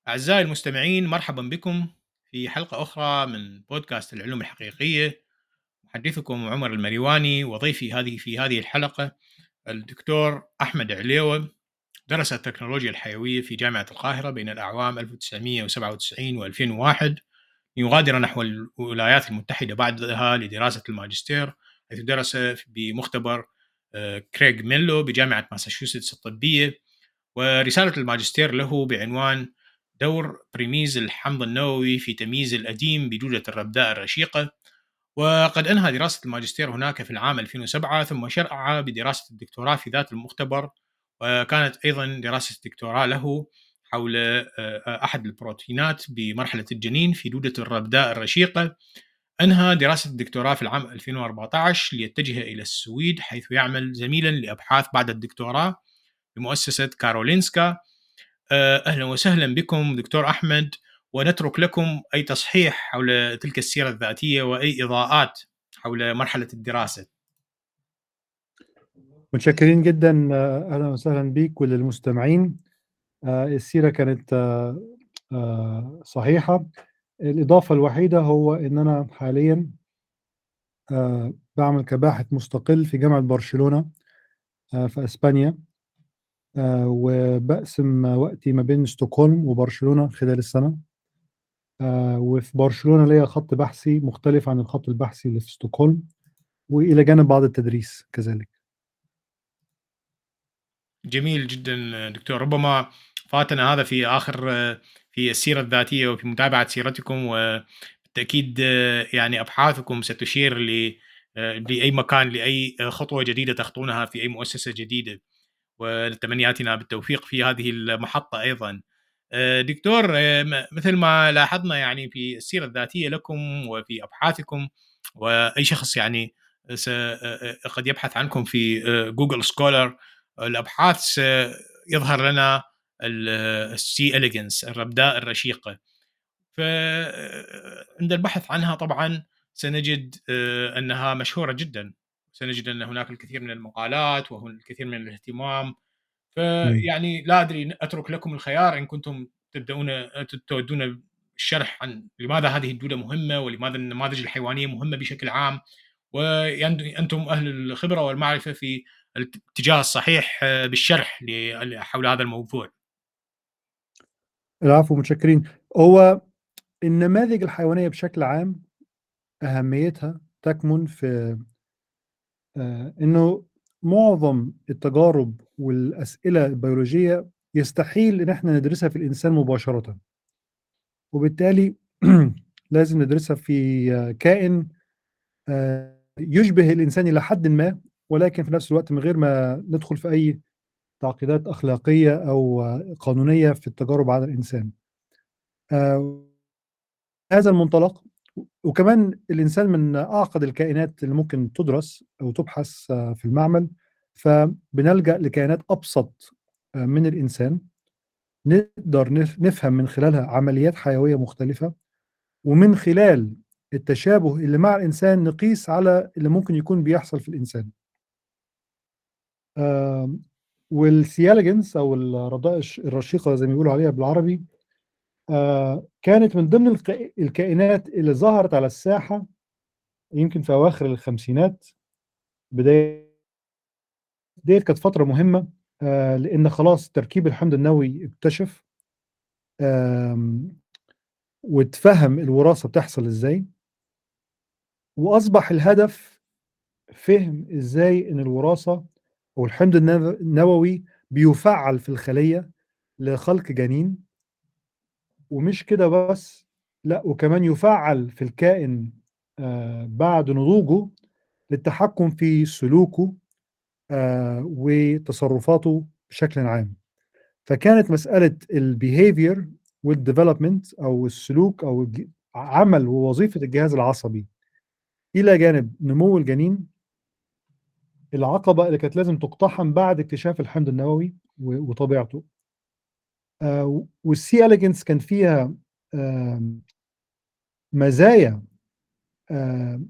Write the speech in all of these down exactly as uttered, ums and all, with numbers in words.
أعزائي المستمعين، مرحبا بكم في حلقة أخرى من بودكاست العلوم الحقيقية. محدثكم عمر المريواني، وضيفي هذه في هذه الحلقة الدكتور أحمد عليوة. درس التكنولوجيا الحيوية في جامعة القاهرة بين الأعوام ألف وتسعمئة وسبعة وتسعين وألفين وواحد، يغادر نحو الولايات المتحدة بعدها لدراسة الماجستير، حيث درس بمختبر آه، كريغ ميلو بجامعة ماساتشوستس الطبية. ورسالة الماجستير له بعنوان دور بريميز الحمض النووي في تمييز الأديم بدودة الربداء الرشيقة. وقد أنهى دراسة الماجستير هناك في العام ألفين وسبعة، ثم شرع بدراسة الدكتوراه في ذات المختبر، وكانت أيضا دراسة الدكتوراه له حول آه، أحد البروتينات بمرحلة الجنين في دودة الربداء الرشيقة. أنهى دراسة الدكتوراه في العام ألفين وأربعة عشر ليتجه إلى السويد، حيث يعمل زميلا لأبحاث بعد الدكتوراه بمؤسسة كارولينسكا. آه، أهلا وسهلا بكم دكتور أحمد، ونترك لكم أي تصحيح حول تلك السيرة الذاتية وأي إضاءات حول مرحلة الدراسة. متشكرين جدا. آه، أهلا وسهلا بيك وللمستمعين. آه، السيرة كانت آه، آه، صحيحة. الإضافة الوحيدة هو إن أنا حاليا آه، بعمل كباحث مستقل في جامعة برشلونة آه، في أسبانيا. آه، وبقسم وقتي ما بين ستوكهولم وبرشلونة خلال السنة. آه، وفي برشلونة ليا خط بحثي مختلف عن الخط البحثي اللي في ستوكهولم، وإلى جانب بعض التدريس كذلك. جميل جدا دكتور. ربما فاتنا هذا في آخر في السيرة الذاتية وفي متابعة سيرتكم، وبالتأكيد يعني أبحاثكم ستشير ل لأي مكان، لأي خطوة جديدة تخطونها في أي مؤسسة جديدة، وتمنياتنا بالتوفيق في هذه المحطة أيضا. آه، دكتور، آه، م- مثل ما لاحظنا يعني في السيرة الذاتية لكم وفي أبحاثكم، وأي شخص يعني س- آه، آه، قد يبحث عنكم في آه، جوجل سكولر الأبحاث يظهر لنا السي إليجنس، الربداء الرشيقة. فعند البحث عنها طبعا سنجد آه، أنها مشهورة جدا، سنجد أن هناك الكثير من المقالات والكثير من الاهتمام. مم. فيعني لا أدري، أترك لكم الخيار إن كنتم تبدأون تودون الشرح عن لماذا هذه الدودة مهمة، ولماذا النماذج الحيوانية مهمة بشكل عام، وأنتم أهل الخبرة والمعرفة في الاتجاه الصحيح آه، بالشرح ل- حول هذا الموضوع. العفو، متشكرين. هو النماذج الحيوانية بشكل عام أهميتها تكمن في آه، إنه معظم التجارب والأسئلة البيولوجية يستحيل إن إحنا ندرسها في الإنسان مباشرة، وبالتالي لازم ندرسها في آه، كائن آه، يشبه الإنسان إلى حد ما، ولكن في نفس الوقت من غير ما ندخل في أي تعقيدات أخلاقية أو آه، قانونية في التجارب على الإنسان. آه، هذا المنطلق، وكمان الإنسان من أعقد الكائنات اللي ممكن تدرس أو تبحث آه، في المعمل، فبنلجأ لكائنات أبسط آه، من الإنسان، نقدر نف- نفهم من خلالها عمليات حيوية مختلفة، ومن خلال التشابه اللي مع الإنسان نقيس على اللي ممكن يكون بيحصل في الإنسان. آم، والسيالجنس أو الرضاء الش- الرشيقة زي ما بيقولوا عليها بالعربي، آه، كانت من ضمن الك- الكائنات اللي ظهرت على الساحة يمكن في أواخر الخمسينات. بداية ديت كانت فترة مهمة، آه، لأن خلاص تركيب الحمض النووي اكتشف، آم، واتفهم الوراثة بتحصل ازاي، وأصبح الهدف فهم ازاي ان الوراثة أو الحمض النو- النووي بيفعل في الخلية لخلق جنين. ومش كده بس، لا، وكمان يفعل في الكائن آه، بعد نضوجه للتحكم في سلوكه آه، وتصرفاته بشكل عام. فكانت مسألة البيهيفير والديفلوبمنت أو السلوك أو الج- عمل ووظيفة الجهاز العصبي إلى جانب نمو الجنين، العقبة اللي كانت لازم تقتحم بعد اكتشاف الحمض النووي و- وطبيعته. آه، والسي إليجنس كان فيها آم، مزايا آم،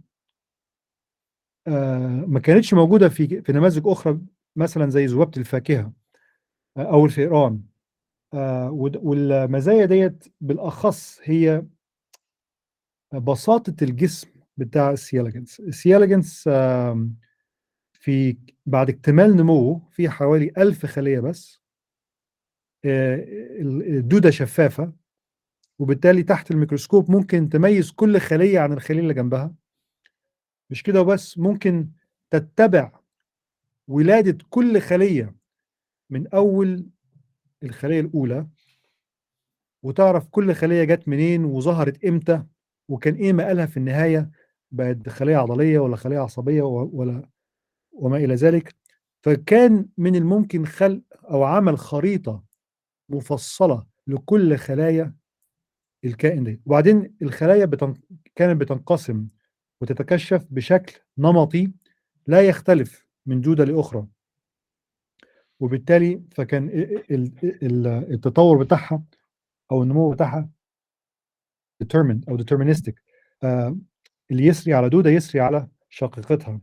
آه، ما كانتش موجودة في في نماذج أخرى، مثلا زي ذبابة الفاكهة آه، أو الفئران. آه والمزايا ديت بالأخص هي بساطة الجسم بتاع السيالجنس. السيالجنس آه في بعد اكتمال نموه في حوالي ألف خلية بس. آه الدودة شفافة، وبالتالي تحت الميكروسكوب ممكن تميز كل خلية عن الخلية اللي جنبها. مش كده وبس، ممكن تتبع ولادة كل خلية من أول الخلية الأولى، وتعرف كل خلية جت منين وظهرت إمتى وكان إيه مقالها في النهاية، بقت خلية عضلية ولا خلية عصبية ولا وما إلى ذلك. فكان من الممكن خلق أو عمل خريطة مفصلة لكل خلايا الكائن ده. وبعدين الخلايا بتن... كانت بتنقسم وتتكشف بشكل نمطي لا يختلف من جودة لأخرى، وبالتالي فكان التطور بتاعها أو النمو بتاعها determined أو deterministic. آه اللي يسري على دودة يسري على شقيقتها.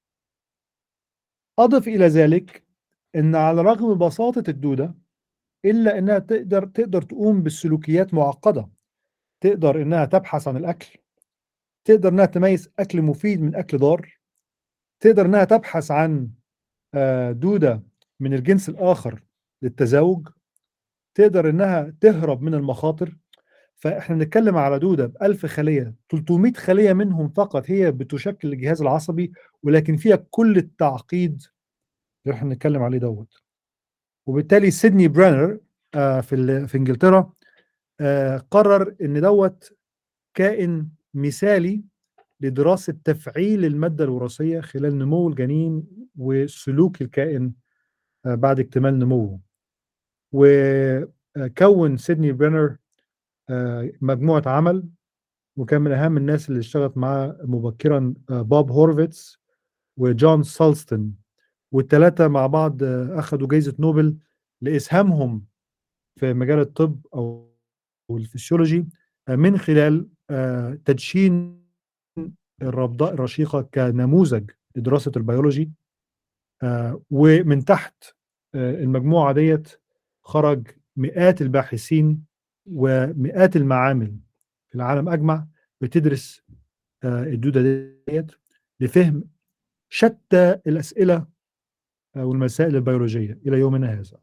أضف إلى ذلك أن على رغم بساطة الدودة إلا أنها تقدر تقدر تقوم بالسلوكيات معقدة. تقدر أنها تبحث عن الأكل، تقدر أنها تميز أكل مفيد من أكل ضار، تقدر أنها تبحث عن دودة من الجنس الآخر للتزاوج، تقدر أنها تهرب من المخاطر. فإحنا بنتكلم على دودة بألف خلية، ثلاثمائة خلية منهم فقط هي بتشكل الجهاز العصبي، ولكن فيها كل التعقيد اللي احنا بنتكلم عليه دوت. وبالتالي سيدني برانر آه في في انجلترا آه قرر ان دوت كائن مثالي لدراسة تفعيل المادة الوراثية خلال نمو الجنين وسلوك الكائن آه بعد اكتمال نموه. وكون سيدني برانر آه مجموعة عمل، وكان من أهم الناس اللي اشتغلت معاه مبكرا آه بوب هورفيتس وجون سالستون، والثلاثة مع بعض آه أخذوا جائزة نوبل لإسهامهم في مجال الطب أو الفسيولوجي من خلال تدشين الربضاء الرشيقة كنموذج لدراسة البيولوجي. ومن تحت المجموعة ديت خرج مئات الباحثين ومئات المعامل في العالم أجمع بتدرس الدودة ديت لفهم شتى الأسئلة والمسائل البيولوجية إلى يومنا هذا.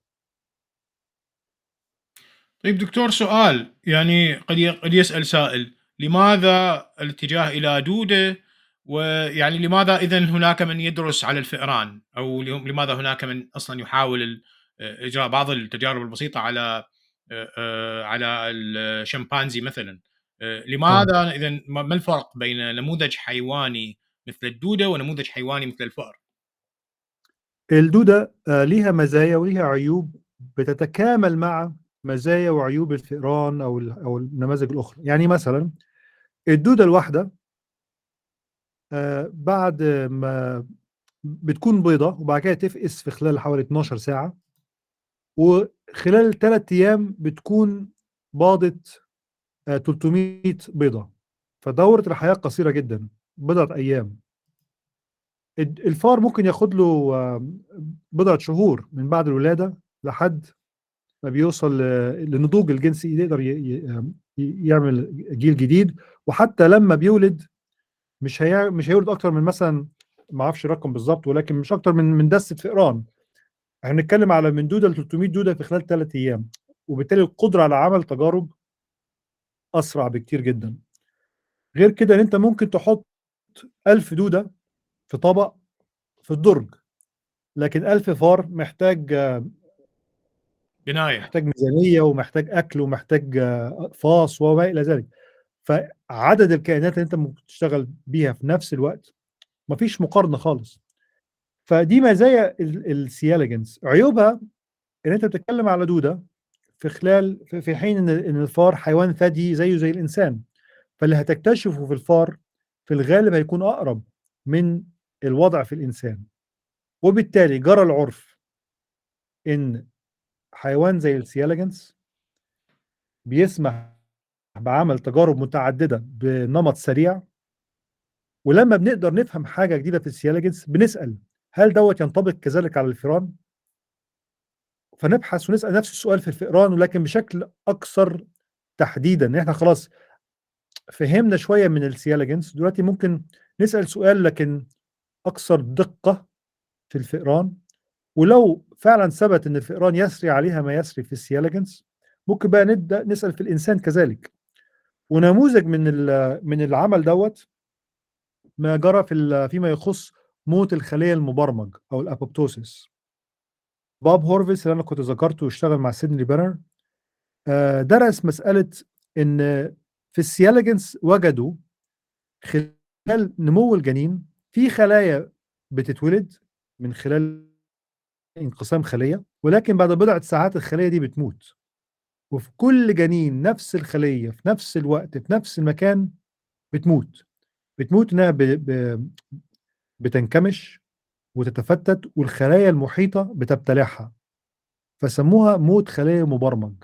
طيب دكتور، سؤال يعني قد قد يسأل سائل: لماذا الاتجاه إلى دودة؟ ويعني لماذا إذن هناك من يدرس على الفئران، أو لماذا هناك من أصلا يحاول إجراء بعض التجارب البسيطة على على الشمبانزي مثلا؟ لماذا إذن ما الفرق بين نموذج حيواني مثل الدودة ونموذج حيواني مثل الفأر؟ الدودة ليها مزايا وليها عيوب بتتكامل مع مزايا وعيوب الفئران او او النماذج الاخرى. يعني مثلا الدوده الواحده بعد ما بتكون بيضه وبعد كده تفقس في خلال حوالي اتناشر ساعه، وخلال ثلاث ايام بتكون باضت ثلاثمائة بيضه. فدوره الحياه قصيره جدا، بضعه ايام. الفار ممكن ياخد له بضعه شهور من بعد الولاده لحد ما بيوصل لنضوج الجنسي يقدر يعمل جيل جديد. وحتى لما بيولد مش هي مش هيولد اكتر من مثلا، ما اعرفش الرقم بالظبط، ولكن مش اكتر من من دسه فئران. احنا بنتكلم على من دوده ل ثلاثمائة دوده في خلال ثلاث ايام، وبالتالي القدره على عمل تجارب اسرع بكتير جدا. غير كده ان انت ممكن تحط ألف دوده في طبق في الدرج، لكن ألف فار محتاج بناية، محتاج ميزانيه ومحتاج اكل ومحتاج فاص وما الى ذلك. فعدد الكائنات اللي انت ممكن تشتغل بيها في نفس الوقت مفيش مقارنه خالص. فدي مزايا السيالجنس. عيوبها ان انت بتتكلم على دوده في خلال في حين ان ان الفار حيوان ثدي زيه زي الانسان، فاللي هتكتشفه في الفار في الغالب هيكون اقرب من الوضع في الانسان. وبالتالي جرى العرف ان حيوان زي السيالجنس بيسمح بعمل تجارب متعدده بنمط سريع. ولما بنقدر نفهم حاجه جديده في السيالجنس بنسال هل دوت ينطبق كذلك على الفئران؟ فنبحث ونسأل نفس السؤال في الفئران، ولكن بشكل أكثر تحديدًا، إن إحنا خلاص فهمنا شوية من السيالجنس، دلوقتي ممكن نسأل سؤال لكن أكثر دقة في الفئران، ولو فعلًا ثبت إن الفئران يسري عليها ما يسري في السيالجنس، ممكن بقى نبدأ نسأل في الإنسان كذلك. ونموذج من ال من العمل دوّة ما جرى في ال فيما يخص موت الخلية المبرمج أو الapoptosis. بوب هورفيس اللي أنا كنت ذكرته واشتغل مع سيدني بيرنر، آآ درس مسألة إن في السيالجنس وجدوا خلال نمو الجنين في خلايا بتتولد من خلال انقسام خلية، ولكن بعد بضعة ساعات الخلية دي بتموت. وفي كل جنين نفس الخلية في نفس الوقت في نفس المكان بتموت. بتموت إنها ب ب بتنكمش وتتفتت والخلايا المحيطة بتبتلعها، فسموها موت خلية مبرمج.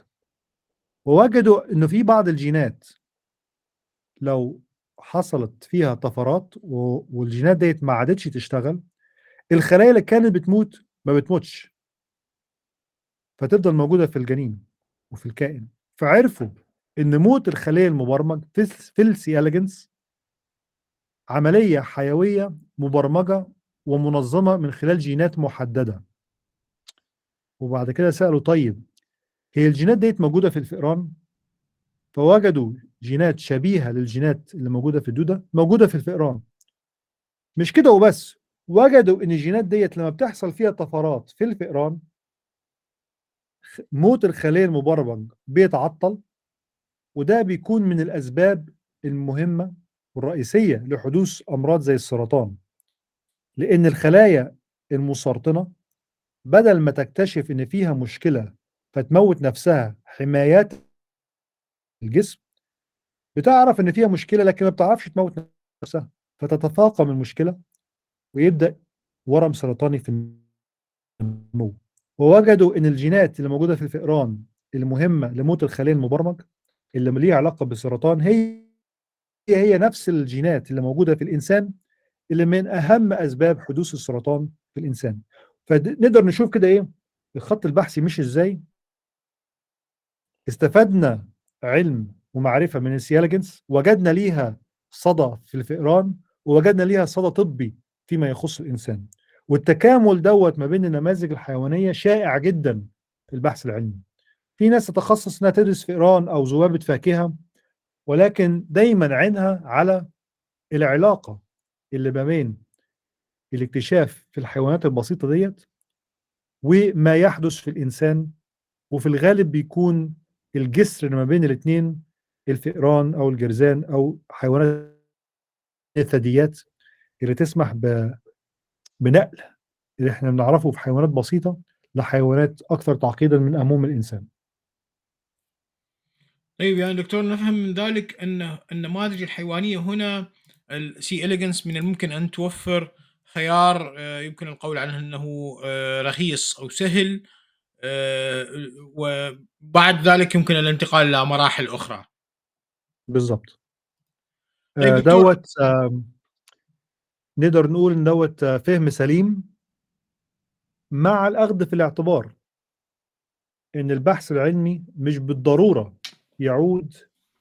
ووجدوا إنه في بعض الجينات لو حصلت فيها طفرات و والجينات ديّة ما عادتش تشتغل، الخلايا اللي كانت بتموت ما بتموتش. فتفضل موجودة في الجنين وفي الكائن. فعرفوا إن موت الخلية المبرمج في الس في الC elegans عملية حيوية مبرمجة ومنظمة من خلال جينات محددة. وبعد كده سألوا طيب هي الجينات ديّة موجودة في الفئران؟ فوجدوا جينات شبيهة للجينات اللي موجودة في الدودة، موجودة في الفئران. مش كده وبس، وجدوا إن الجينات ديّة لمّا بتحصل فيها طفرات في الفئران خ موت الخلية المبرمج بيتعطّل، وده بيكون من الأسباب المهمة والرئيسية لحدوث أمراض زي السرطان. لإن الخلايا المسرطنة بدل ما تكتشف إن فيها مشكلة فتموّت نفسها حمايات الجسم، بتعرف إن فيها مشكلة لكن ما بتعرفش تموّت نفسها، فتتفاقم المشكلة ويبدأ ورم سرطاني في النمو. ووجدوا إن الجينات اللي موجودة في الفئران المهمة لموت الخلية المبرمج اللي م ليها علاقة بالسرطان هي هي نفس الجينات اللي موجودة في الإنسان اللي من أهم أسباب حدوث السرطان في الإنسان. فد نقدر نشوف كده إيه الخط البحثي مشي إزاي. استفدنا علم ومعرفة من السيالجنس، وجدنا ليها صدى في الفئران، ووجدنا ليها صدى طبي فيما يخص الإنسان. والتكامل دوّة ما بين النماذج الحيوانية شائع جدًا في البحث العلمي. في ناس تتخصص إنها تدرس فئران أو ذبابة فاكهة، ولكن دايمًا عينها على العلاقة اللي ما بين الاكتشاف في الحيوانات البسيطة ديّة وما يحدث في الإنسان، وفي الغالب بيكون الجسر اللي ما بين الاتنين الفئران أو الجرذان أو حيوانات الثدييات اللي تسمح ب بنقل اللي إحنا بنعرفه في حيوانات بسيطة لحيوانات أكثر تعقيدًا من أمم الإنسان. طيب يعني دكتور نفهم من ذلك أن النماذج الحيوانية هنا الC elegans من الممكن أن توفر خيار آآ يمكن القول عنه أنه آآ رخيص أو سهل، آآ وبعد ذلك يمكن الانتقال إلى مراحل أخرى. بالضبط. طيب آآ دكتور. دوّة آمم نقدر نقول إن دوّة فهم سليم مع الأخذ في الاعتبار إن البحث العلمي مش بالضرورة يعود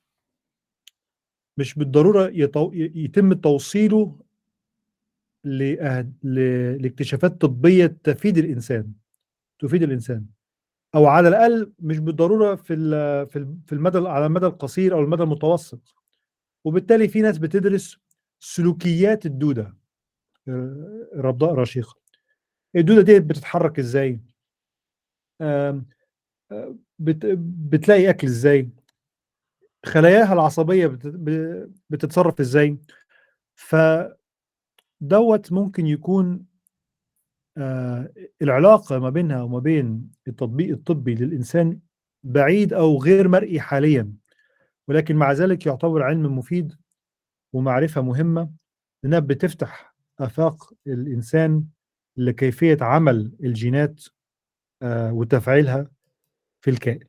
مش بالضرورة يتو ي يتم توصيله لأه ل لاكتشافات طبية تفيد الإنسان، تفيد الإنسان، أو على الأقل مش بالضرورة في ال في ال في المدى على المدى القصير أو المدى المتوسط. وبالتالي في ناس بتدرس سلوكيات الدودة، آآ الربضاء الرشيقة. الدودة ديّة بتتحرك إزاي؟ آمم، آآ بت بتلاقي أكل إزاي؟ خلاياها العصبية بت ب بتتصرف إزاي؟ فدوّة ممكن يكون آآ العلاقة ما بينها وما بين التطبيق الطبي للإنسان بعيد أو غير مرئي حاليًا، ولكن مع ذلك يعتبر علم مفيد ومعرفة مهمة، لأنها بتفتح آفاق الإنسان لكيفية عمل الجينات آآ وتفعيلها في الكائن.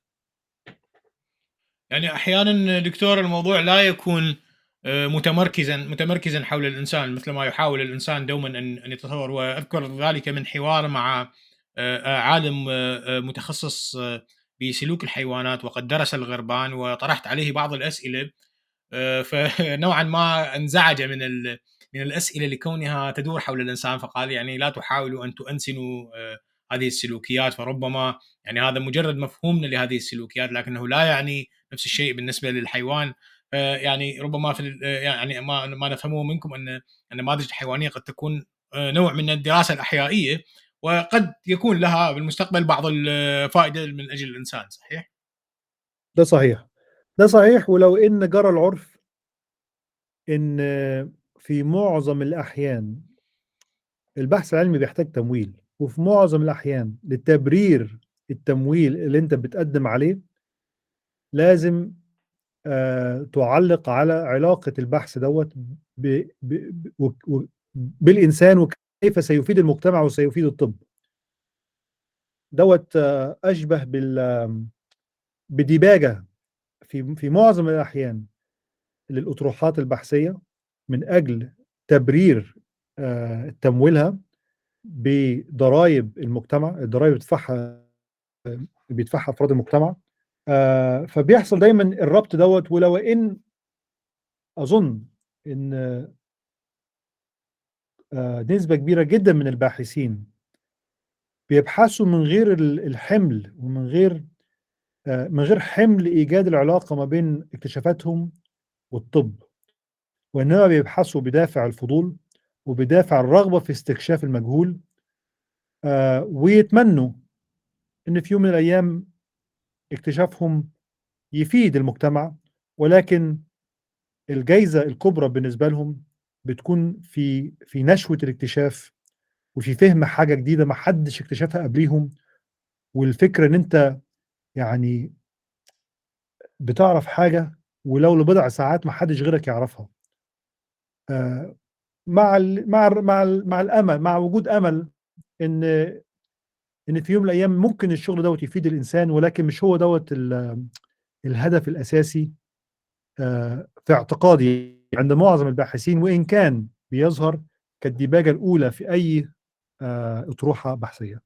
يعني أحيانًا دكتور الموضوع لا يكون آآ متمركزًا متمركزًا حول الإنسان مثل ما يحاول الإنسان دومًا أن أن يتطور، وأذكر ذلك من حوار مع آآ عالم آآ متخصص آه، بسلوك الحيوانات وقد درس الغربان، وطرحت عليه بعض الأسئلة، آآ فنوعًا ما انزعج من ال من الأسئلة لكونها تدور حول الإنسان، فقال يعني: "لا تحاولوا أن تؤنسنوا آآ هذه السلوكيات، فربما يعني هذا مجرد مفهومنا لهذه السلوكيات، لكنه لا يعني نفس الشيء بالنسبة للحيوان." آآ يعني ربما في ال آه، يعني ما ما نفهمه منكم أن النماذج الحيوانية قد تكون آآ نوع من الدراسة الأحيائية، وقد يكون لها بالمستقبل بعض الفائدة من أجل الإنسان، صحيح؟ ده صحيح، ده صحيح، ولو إن جرى العُرف إن في معظم الأحيان البحث العلمي بيحتاج تمويل، وفي معظم الأحيان لتبرير التمويل اللي أنت بتقدّم عليه، لازم آآ تُعلّق على علاقة البحث دوّة ب ب ب وك و بالإنسان وكيف سيفيد المجتمع وسيفيد الطب. دوّة أشبه بال آمم بديباجة في في معظم الأحيان للأطروحات البحثية من أجل تبرير آآ تمويلها بضرايب المجتمع، الضرايب اللي بيدفعها بيدفعها أفراد المجتمع. آآ فبيحصل دايمًا الربط دوّة، ولو إن أظن إن آآ نسبة كبيرة جدًا من الباحثين بيبحثوا من غير ال الحِمل ومن غير آآ من غير حِمل إيجاد العلاقة ما بين اكتشافاتهم والطب، وإنما بيبحثوا بدافع الفضول وبدافع الرغبة في استكشاف المجهول، آآ ويتمنوا إن في يوم من الأيام اكتشافهم يفيد المجتمع، ولكن الجايزة الكبرى بالنسبة لهم بتكون في في نشوة الاكتشاف، وفي فهم حاجة جديدة ما حدش اكتشفها قبليهم، والفكرة إن أنت يعني بتعرف حاجة ولو لبضع ساعات ما حدش غيرك يعرفها. آآ مع ال مع الر مع ال مع الأمل، مع وجود أمل إن إن في يوم من الأيام ممكن الشغل دوّة يفيد الإنسان، ولكن مش هو دوّة ال الهدف الأساسي آآ في اعتقادي عند معظم الباحثين، وإن كان بيظهر كالديباجة الأولى في أي آآ أطروحة بحثية.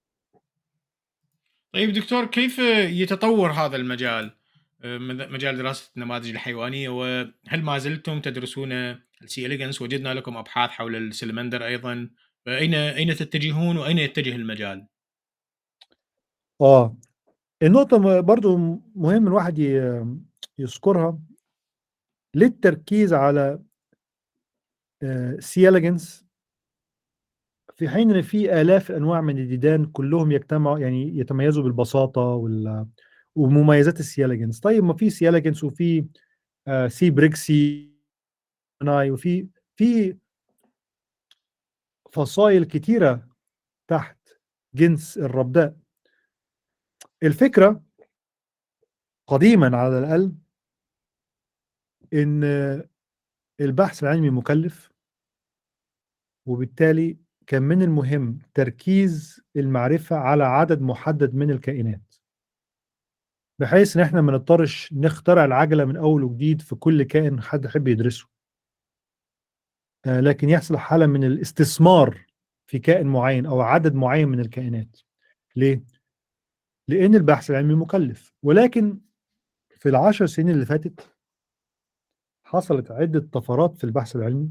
طيب دكتور، كيف يتطور هذا المجال، آه، مد- مجال دراسة النماذج الحيوانية، وهل ما زلتم تدرسون السي إليجنس؟ وجدنا لكم أبحاث حول السلمندر أيضا، فأين أين تتجهون وأين يتجه المجال؟ آه، النقطة م برضه مهم الواحد ي يذكرها، ليه التركيز على آآ C. elegans في حين إن في آلاف الأنواع من الديدان كلّهم يجتمعوا يعني يتميزوا بالبساطة وال ومميزات الC. elegans. طيب ما في C. elegans وفي آآ C. brixi وفي في فصايل كتيرة تحت جنس الربداء. الفكرة قديمًا على الأقل إن البحث العلمي مُكلِّف، وبالتالي كان من المهم تركيز المعرفة على عدد محدد من الكائنات، بحيث إن إحنا ما نضطرش نخترع العجلة من أول وجديد في كل كائن حد يحب يدرسه، آآ لكن يحصل حالة من الاستثمار في كائن معيّن أو عدد معيّن من الكائنات. ليه؟ لإن البحث العلمي مُكلِّف، ولكن في العشر سنين اللي فاتت حصلت عدة طفرات في البحث العلمي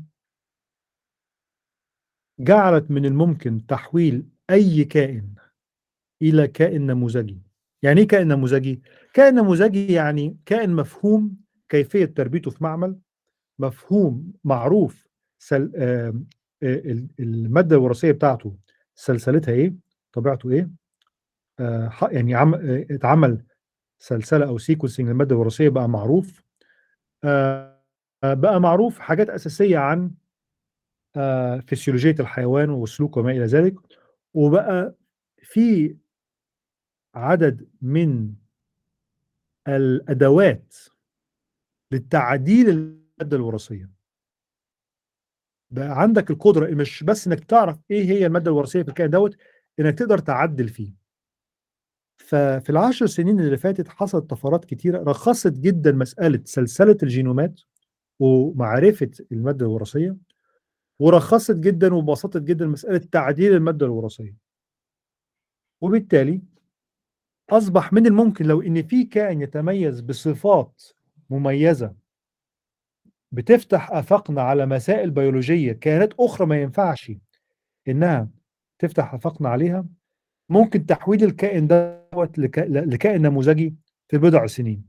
جعلت من الممكن تحويل أي كائن إلى كائن نموذجي. يعني إيه كائن نموذجي؟ كائن نموذجي يعني كائن مفهوم كيفية تربيته في معمل، مفهوم معروف سل آمم آآ ال المادة الوراثية بتاعته سلسلتها إيه، طبيعته إيه، آآ ح يعني عم آآ اتعمل سلسلة أو sequencing للمادة الوراثية بقى معروف، آآ بقى معروف حاجات أساسية عن آآ فسيولوجية الحيوان وسلوكه وما إلى ذلك، وبقى في عدد من الأدوات لتعديل المادة الوراثية. بقى عندك القدرة مش بس إنك تعرف إيه هي المادة الوراثية في الكائن دوّة، إنك تقدر تعدِّل فيه. ففي العشر سنين اللي فاتت حصلت طفرات كتيرة رخّصت جدًا مسألة سلسلة الجينومات ومعرفة المادة الوراثية، ورخّصت جدًا وبسطت جدًا مسألة تعديل المادة الوراثية. وبالتالي أصبح من الممكن لو إن في كائن يتميز بصفات مميزة بتفتح آفاقنا على مسائل بيولوجية كائنات أخرى ما ينفعش إنها تفتح آفاقنا عليها، ممكن تحويل الكائن دوّة لك لكائن نموذجي في بضع سنين،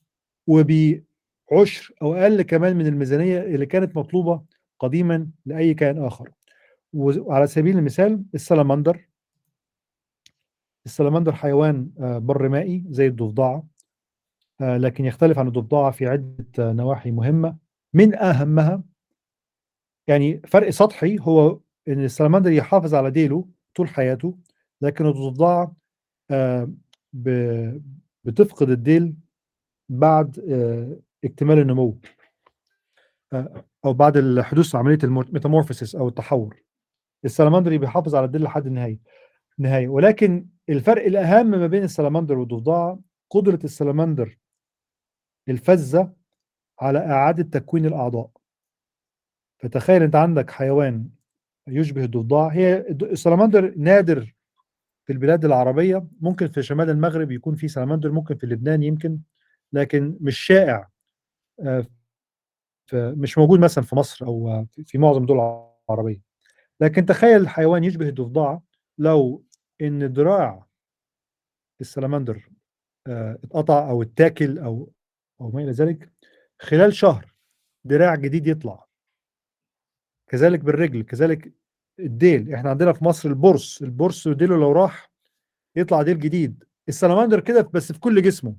وبعُشر أو أقل كمان من الميزانية اللي كانت مطلوبة قديمًا لأي كائن آخر. وز وعلى سبيل المثال السلمندر. السلمندر حيوان آآ برّمائي زي الضفدعة، آآ لكن يختلف عن الضفدعة في عدة آه، نواحي مهمة، من أهمها يعني فرق سطحي هو إن السلمندر يحافظ على ديله طول حياته، لكن الضفدعة آآ ب بتفقد الديل بعد آآ اكتمال النمو، آآ أو بعد ال حدوث عملية الم metamorphosis أو التحوّر. السلمندري بيحافظ على الديل لحد النهاية النهاية، ولكن الفرق الأهم ما بين السلمندر والضفدعة قدرة السلمندر الفذة على إعادة تكوين الأعضاء. فتخيل أنت عندك حيوان يشبه الضفدع، هي الد السلمندر نادر في البلاد العربية، ممكن في شمال المغرب يكون في سلمندر، ممكن في لبنان يمكن، لكن مش شائع آآ فمش موجود مثلًا في مصر أو في في معظم الدول العربية. لكن تخيل حيوان يشبه الضفدعة لو إن دراع السلمندر آآ اتقطع أو اتاكل أو أو ما إلى ذلك، خلال شهر دراع جديد يطلع. كذلك بالرجل، كذلك الديل. إحنا عندنا في مصر البرص، البرص ديله لو راح يطلع ديل جديد. السلمندر كده بس في كل جسمه.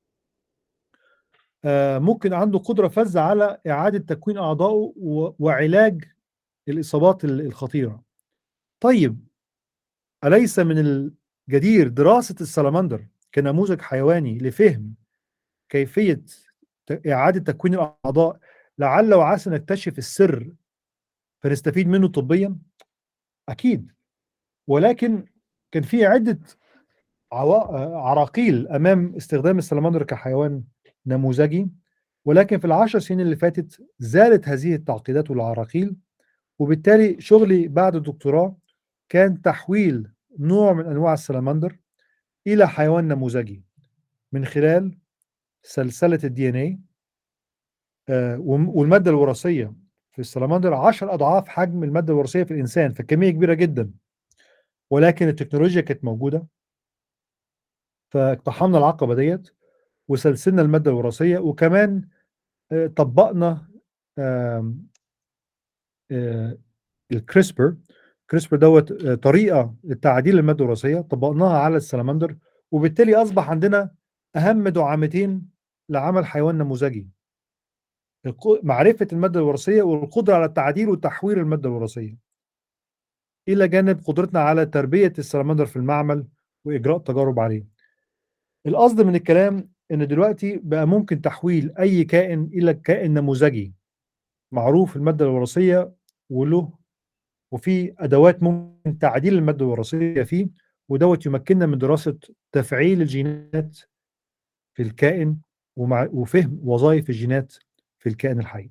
آآ ممكن عنده قدرة فذة على إعادة تكوين أعضائه و وعلاج الإصابات ال الخطيرة. طيب أليس من الجدير دراسة السلمندر كنموذج حيواني لفهم كيفية ت إعادة تكوين الأعضاء، لعل وعسى نكتشف السر فنستفيد منه طبيًا؟ أكيد، ولكن كان في عدة عوا عراقيل أمام استخدام السلمندر كحيوان نموذجي، ولكن في العشر سنين اللي فاتت زالت هذه التعقيدات والعراقيل، وبالتالي شغلي بعد الدكتوراه كان تحويل نوع من أنواع السلمندر إلى حيوان نموذجي من خلال سلسلة الDNA آآ وم والمادة الوراثية في السلمندر عشر أضعاف حجم المادة الوراثية في الإنسان، فكمية كبيرة جدًا، ولكن التكنولوجيا كانت موجودة، فاقتحمنا العقبة ديّة وسلسلنا المادة الوراثية، وكمان آآ طبّقنا آمم آآ الCRISPR. CRISPR دوّة آآ طريقة لتعديل المادة الوراثية، طبّقناها على السلمندر، وبالتالي أصبح عندنا أهم دعامتين لعمل حيوان نموذجي، الق معرفة المادة الوراثية والقدرة على تعديل وتحوير المادة الوراثية، إلى جانب قدرتنا على تربية السلمندر في المعمل وإجراء تجارب عليه. القصد من الكلام إن دلوقتي بقى ممكن تحويل أي كائن إلى كائن نموذجي، معروف المادة الوراثية وله وفي أدوات ممكن تعديل المادة الوراثية فيه، ودوّة يمكننا من دراسة تفعيل الجينات في الكائن ومع وفهم وظايف الجينات في الكائن الحي.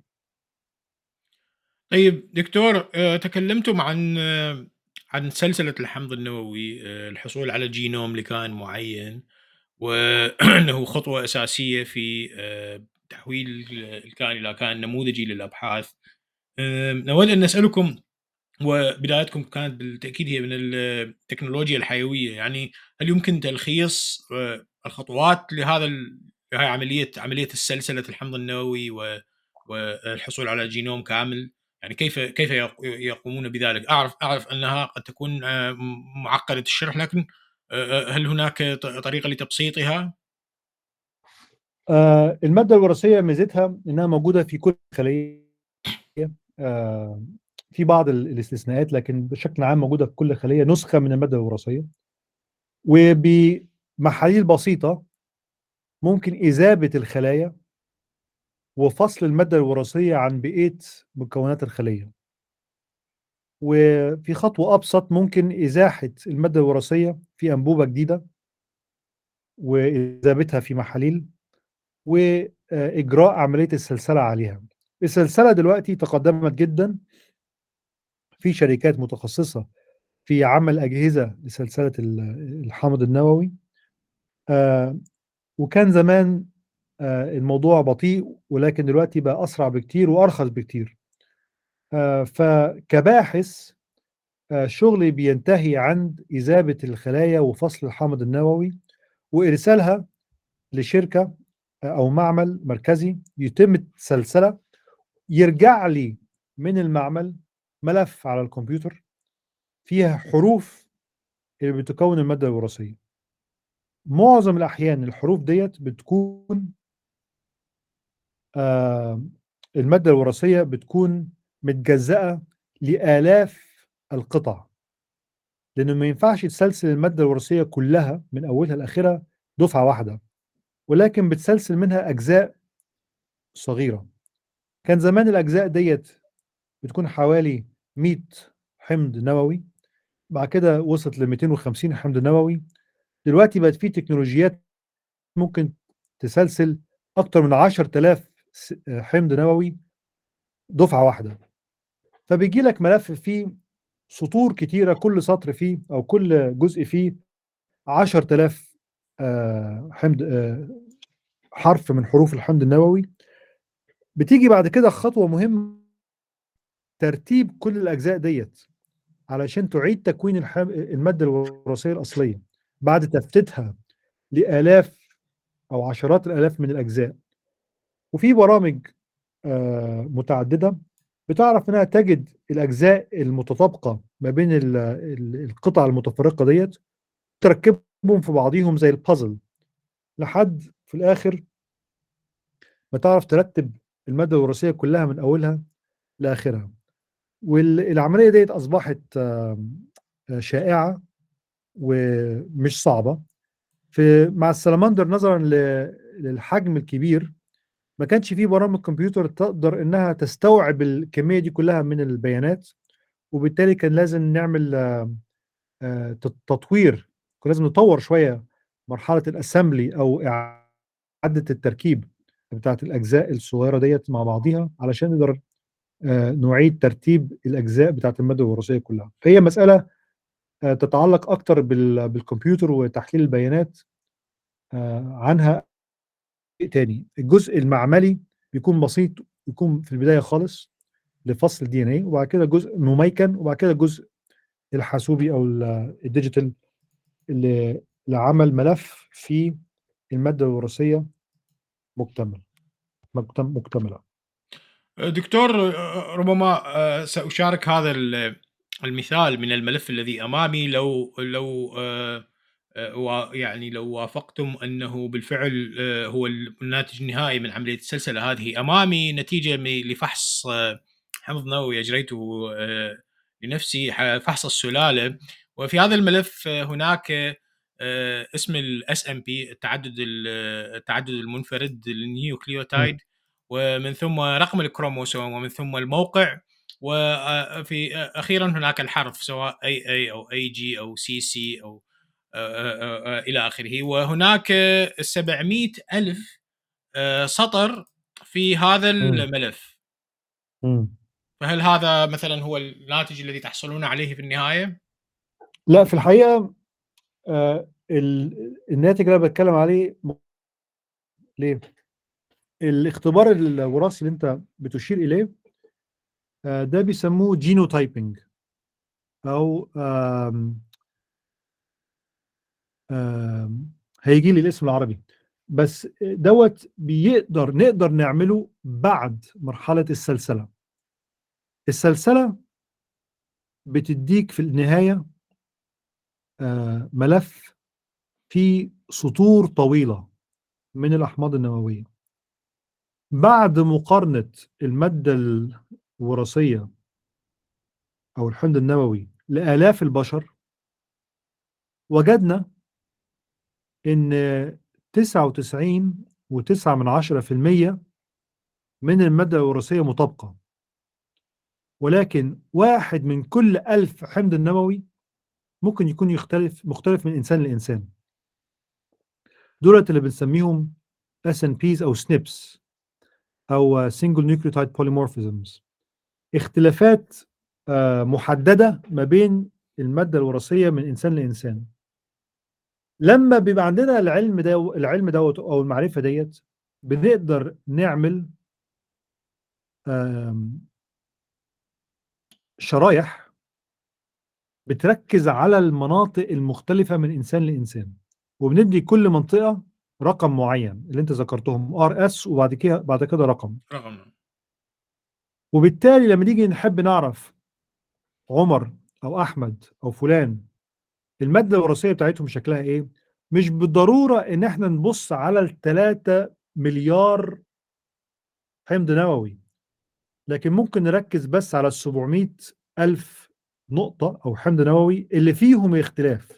طيب دكتور، آآ تكلمتم عن آه، عن سلسلة الحمض النووي، آآ الحصول على جينوم لكائن معين، وأنه خطوة أساسية في آآ تحويل الكائن إلى كائن نموذجي للأبحاث. آمم نود أن نسألكم، وبدايتكم كانت بالتأكيد هي من ال التكنولوجيا الحيوية، يعني هل يمكن تلخيص آآ الخطوات لهذا ال لهاي عملية عملية السلسلة الحمض النووي و والحصول على جينوم كامل؟ يعني كيف كيف يق يقومون بذلك؟ أعرف أعرف أنها قد تكون آآ م معقدة الشرح، لكن آآ هل هناك ط طريقة لتبسيطها؟ آآ المادة الوراثية ميزتها إنها موجودة في كل خلية، آآ في بعض ال الاستثناءات، لكن بشكل عام موجودة في كل خلية نسخة من المادة الوراثية، وبمحاليل بسيطة ممكن إذابة الخلايا وفصل المادة الوراثية عن بقية مكونات الخلية. وفي خطوة أبسط ممكن إزاحة المادة الوراثية في أنبوبة جديدة وإذابتها في محاليل وإجراء عملية السلسلة عليها. السلسلة دلوقتي تقدمت جدًا، في شركات متخصصة في عمل أجهزة لسلسلة الحامض النووي. آه وكان زمان آه الموضوع بطيء، ولكن دلوقتي بقى أسرع بكتير وأرخص بكتير. آه فكباحث آه شغلي بينتهي عند إذابة الخلايا وفصل الحامض النووي وإرسالها لشركة أو معمل مركزي، يتم السلسلة، يرجع لي من المعمل ملف على الكمبيوتر فيها حروف اللي بتكون المادة الوراثية. معظم الأحيان الحروف ديت بتكون آه المادة الوراثية بتكون متجزأة لآلاف القطع، لأنه ما ينفعش تسلسل المادة الوراثية كلها من أولها لآخرها دفعة واحدة، ولكن بتسلسل منها أجزاء صغيرة. كان زمان الأجزاء ديت بتكون حوالي مية حمض نووي، بعد كده وصلت ل ميتين وخمسين حمض نووي. دلوقتي بقت في تكنولوجيات ممكن تسلسل أكتر من عشرة آلاف حمض نووي دفعة واحدة. فبيجي لك ملف فيه سطور كتيرة، كل سطر فيه أو كل جزء فيه عشرة آلاف آه حمض آه حرف من حروف الحمض النووي. بتيجي بعد كده خطوة مهمة، ترتيب كل الأجزاء ديت علشان تعيد تكوين الحم... المادة الوراثية الأصلية بعد تفتيتها لآلاف أو عشرات الآلاف من الأجزاء. وفي برامج آه متعددة بتعرف إنها تجد الأجزاء المتطابقة ما بين ال... ال... القطع المتفرقة ديت، تركبهم في بعضهم زي البازل لحد في الآخر ما تعرف ترتب المادة الوراثية كلها من أولها لآخرها. والعملية ديت أصبحت آه شائعة ومش صعبة. في مع السلمندر نظرا للحجم الكبير ما كانش فيه برامج كمبيوتر تقدر انها تستوعب الكمية دي كلها من البيانات، وبالتالي كان لازم نعمل تطوير، كان لازم نطور شوية مرحلة الاسمبلي او اعادة التركيب بتاعت الاجزاء الصغيرة ديت مع بعضيها علشان نقدر نعيد ترتيب الاجزاء بتاعت المادة الوراثية كلها. فهي مسألة تتعلق اكتر بالكمبيوتر وتحليل البيانات عنها تاني. الجزء المعملي بيكون بسيط، يكون في البدايه خالص لفصل الدي ان اي، وبعد كده جزء مميكن، وبعد كده الجزء الحاسوبي او الديجيتال اللي لعمل ملف في الماده الوراثيه مكتمل مكتمله. دكتور، ربما سأشارك هذا المثال من الملف الذي أمامي. لو لو يعني لو وافقتم أنه بالفعل هو الناتج النهائي من عملية السلسلة هذه أمامي، نتيجة لفحص حمض نووي أجريته لنفسي، فحص السلالة. وفي هذا الملف هناك اسم الاس ام بي، التعدد التعدد المنفرد للنيوكليوتايد، ومن ثم رقم الكروموسوم، ومن ثم الموقع، وفي أخيرا هناك الحرف سواء اي اي أو اي جي أو سي سي أو إلى آخره. وهناك سبعمائة ألف سطر في هذا الملف. م. فهل هذا مثلا هو الناتج الذي تحصلون عليه في النهاية؟ لا، في الحقيقة آه الناتج اللي أنا بتكلم عليه م... ليه؟ الاختبار الوراثي اللي أنت بتشير إليه آه ده بيسموه جينوتايبنج، أو آم آم هيجي لي الاسم العربي، بس دوت بيقدر نقدر نعمله بعد مرحلة السلسلة. السلسلة بتديك في النهاية آه ملف فيه سطور طويلة من الأحماض النووية. بعد مقارنة المادة الوراثية أو الحمض النووي لآلاف البشر، وجدنا إن تسعة وتسعين وتسعة من عشرة في المية من المادة الوراثية مطابقة، ولكن واحد من كل ألف حمض نووي ممكن يكون يختلف مختلف من إنسان لإنسان. دولت اللي بنسميهم اس ان بيز أو سنيبس أو single nucleotide polymorphisms، اختلافات محددة ما بين المادة الوراثية من إنسان لإنسان. لمّا بيبقى عندنا العلم دو العلم دوّة أو المعرفة ديّة، بنقدر نعمل آمم شرايح بتركّز على المناطق المختلفة من إنسان لإنسان، وبندّي كل منطقة رقم معيّن اللي أنت ذكرتهم آر إس وبعد كده بعد كده رقم. رقم. وبالتالي لمّا نيجي نحب نعرف عُمر أو أحمد أو فلان المادة الوراثية بتاعتهم شكلها إيه، مش بالضرورة إن إحنا نبُص على التلاتة مليار حمض نووي، لكن ممكن نركّز بس على السبعمية ألف نقطة أو حمض نووي اللي فيهم اختلاف.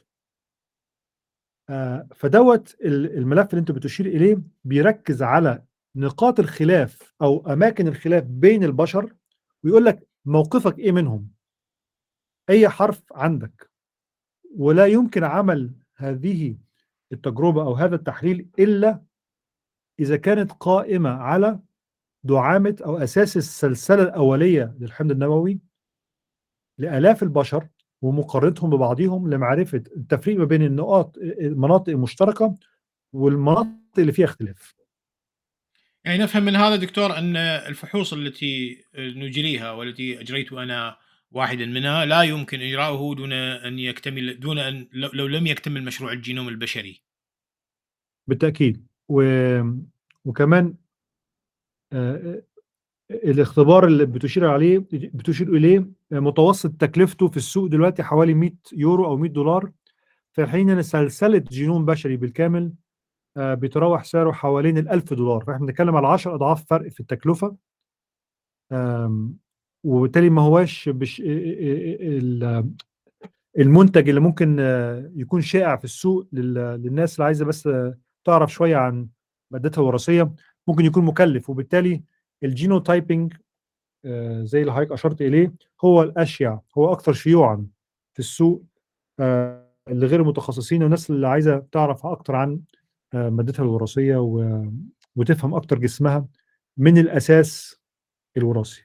آآ فدوّة ال الملف اللي أنتِ بتشيري إليه بيركّز على نقاط الخلاف أو أماكن الخلاف بين البشر، ويقول لك موقفك إيه منهم، أي حرف عندك، ولا يمكن عمل هذه التجربة أو هذا التحليل إلا إذا كانت قائمة على دعامة أو أساس السلسلة الأولية للحمض النووي لآلاف البشر، ومقارنتهم ببعضهم لمعرفة التفريق ما بين النقاط آآ المناطق المشتركة والمناطق اللي فيها اختلاف. يعني نفهم من هذا دكتور أن الفحوص التي نجريها والتي أجريت أنا واحدًا منها، لا يمكن إجراؤه دون أن يكتمل دون أن لو لو لم يكتمل مشروع الجينوم البشري. بالتأكيد. و وكمان آآ الاختبار اللي بتشير عليه بتشير إليه متوسط تكلفته في السوق دلوقتي حوالي مية يورو أو مية دولار، في حين إن سلسلة جينوم بشري بالكامل آآ بيتراوح سعره حوالين الألف دولار، فإحنا بنتكلم على عشر أضعاف فرق في التكلفة. آمم وبالتالي ما هواش بش آآ آآ ال المنتج اللي ممكن آه، يكون شائع في السوق لل للناس اللي عايزة بس آه، تعرف شوية عن مادتها الوراثية، ممكن يكون مكلف، وبالتالي الgenotyping آآ زي اللي حضرتك أشرت إليه هو الأشيع، هو أكثر شيوعًا في السوق آآ لغير المتخصصين والناس اللي عايزة تعرف أكتر عن آآ مادتها الوراثية و وتفهم أكتر جسمها من الأساس الوراثي.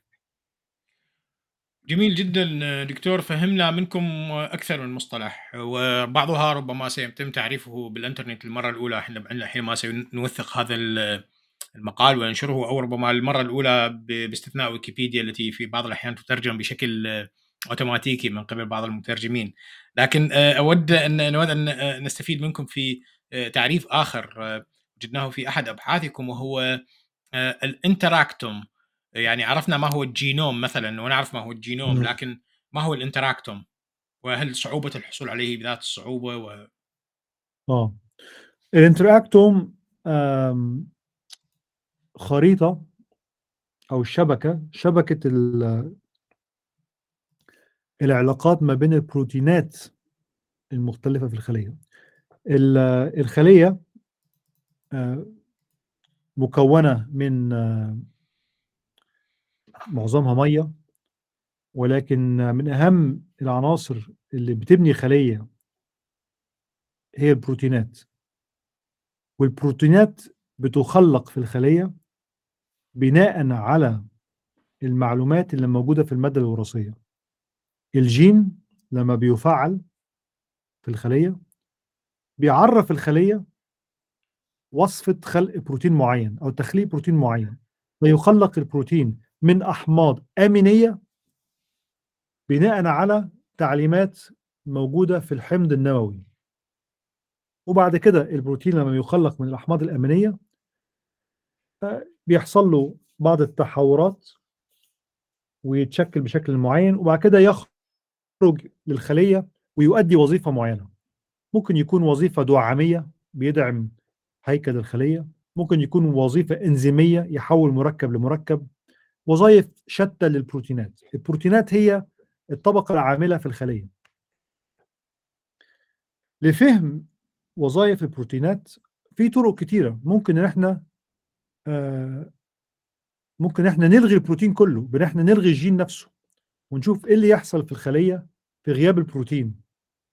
جميل جدًا دكتور، فهمنا منكم أكثر من مصطلح، وبعضها ربما سيتم تعريفه بالإنترنت للمرة الأولى حين حينما سنوثق هذا ال المقال وننشره، أو ربما المرة الأولى ب باستثناء ويكيبيديا التي في بعض الأحيان تترجم بشكل آه، أوتوماتيكي من قبل بعض المترجمين. لكن آآ أود أن نود أن آه، نستفيد منكم في آآ تعريف آخر آه، وجدناه في أحد أبحاثكم، وهو آآ الinteractome. يعني عرفنا ما هو الجينوم مثلًا ونعرف ما هو الجينوم، إمم. لكن ما هو الinteractome؟ وهل صعوبة الحصول عليه بذات الصعوبة و آه. الinteractome آمم خريطة أو شبكة، شبكة ال العلاقات ما بين البروتينات المختلفة في الخلية. ال الخلية آآ مكوّنة من آه، معظمها مَيّة، ولكن من أهم العناصر اللي بتبني خلية هي البروتينات، والبروتينات بتُخلّق في الخلية بناءً على المعلومات اللي موجودة في المادة الوراثية. الجين لمّا بيُفعّل في الخلية، بيعرّف الخلية وصفة خلق بروتين معيّن أو تخليق بروتين معيّن، فيُخلّق البروتين من أحماض أمينية بناءً على تعليمات موجودة في الحمض النووي. وبعد كده البروتين لمّا بيُخلّق من الأحماض الأمينية آآ بيحصل له بعض التحوّرات ويتشكِّل بشكل معيّن، وبعد كده يخرج للخلية ويؤدّي وظيفة معيّنة. ممكن يكون وظيفة دعامية بيدعم هيكل الخلية، ممكن يكون وظيفة إنزيمية يحوّل مركب لمركب، وظايف شتى للبروتينات. البروتينات هي الطبقة العاملة في الخلية. لفهم وظايف البروتينات في طرق كتيرة، ممكن إن إحنا آآ ممكن إحنا نلغي البروتين كلّه، بإن إحنا نلغي الجين نفسه، ونشوف إيه اللي يحصل في الخلية في غياب البروتين،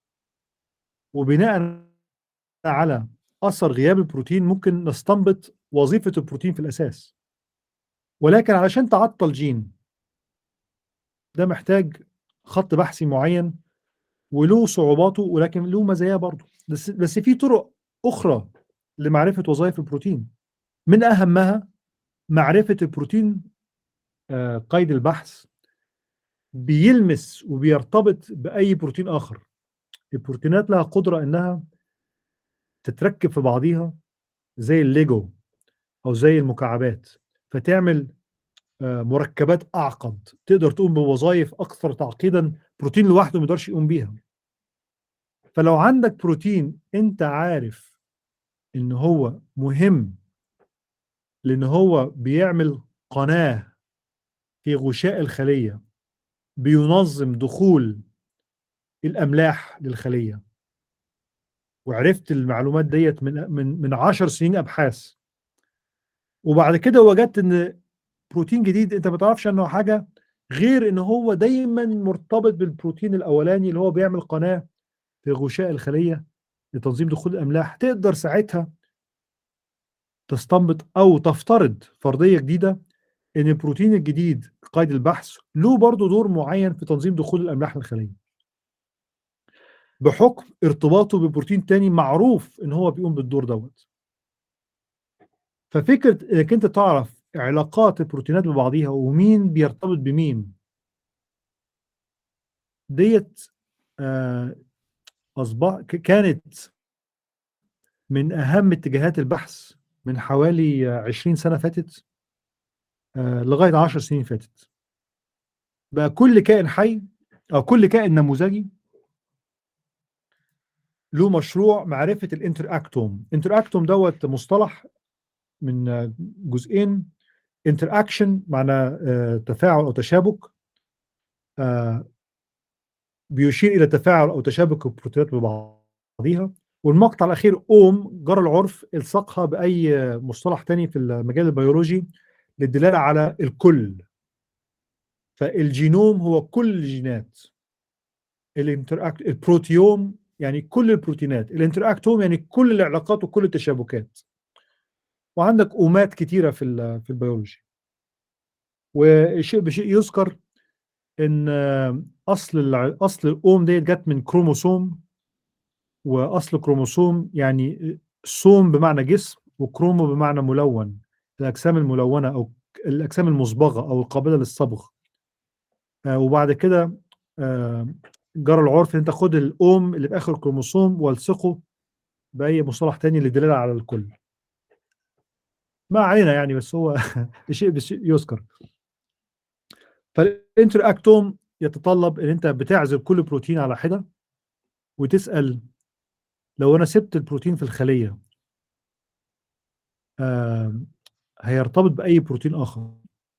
وبناءً على أثر غياب البروتين ممكن نستنبط وظيفة البروتين في الأساس. ولكن علشان تعطّل جين، ده محتاج خط بحثي معيّن وله صعوباته ولكن له مزاياه برضه. بس بس في طرق أخرى لمعرفة وظائف البروتين، من أهمها معرفة البروتين آه، قيد البحث بيلمس وبيرتبط بأي بروتين آخر. البروتينات لها قدرة إنها تتركب في بعضيها زي الليجو أو زي المكعبات، فتعمل آه، مركبات أعقد تقدر تقوم بوظائف أكثر تعقيدا بروتين لوحده ما يقدرش يقوم بيها. فلو عندك بروتين أنت عارف إن هو مهم لأن هو بيعمل قناة في غشاء الخلية بينظم دخول الأملاح للخلية، وعرفت المعلومات ديت من من من عشر سنين أبحاث، وبعد كده وجدت إن بروتين جديد أنت ما تعرفش عنه حاجة غير إن هو دايما مرتبط بالبروتين الأولاني اللي هو بيعمل قناة في غشاء الخلية لتنظيم دخول الأملاح. تقدر ساعتها تستنبط أو تفترض فرضية جديدة إن البروتين الجديد قيد البحث له برضه دور معين في تنظيم دخول الأملاح للخلية، بحكم ارتباطه ببروتين تاني معروف إن هو بيقوم بالدور دوت. ففكرة إنك أنت تعرف علاقات البروتينات ببعضيها ومين بيرتبط بمين ديت آه، أصبح ك- كانت من أهم اتجاهات البحث من حوالي آه، عشرين سنة فاتت آه، لغاية عشر سنين فاتت. بقى كل كائن حي أو كل كائن نموذجي له مشروع معرفة الانتر اكتوم. انتر اكتوم دوت مصطلح من آه، جزئين. انتر اكشن معناه آه، تفاعل او تشابك، آه، بيشير الى تفاعل او تشابك البروتينات ببعضها. والمقطع الاخير اوم جرى العرف الصقها باي آه، مصطلح تاني في المجال البيولوجي للدلاله على الكل. فالجينوم هو كل الجينات، الانتراكت البروتيوم يعني كل البروتينات، الانتراكتوم يعني كل العلاقات وكل التشابكات. وعندك اومات كتيره في ال- في البيولوجي. وشيء بشيء يذكر ان آه، اصل الع- اصل الاوم ديت جت من كروموسوم، واصل كروموسوم يعني سوم بمعنى جسم وكرومو بمعنى ملون، الاجسام الملونه او الاجسام المصبغه او القابله للصبغ. آه، وبعد كده آه، جرى العرف ان انت خد الاوم اللي في اخر الكروموسوم والصقه باي مصطلح تاني للدلاله على الكل. ما علينا يعني، بس هو شيء بشيء يذكر. فالانتر اكتوم يتطلب ان انت بتعزل كل بروتين على حده وتسال لو انا سبت البروتين في الخليه آه هيرتبط باي بروتين اخر.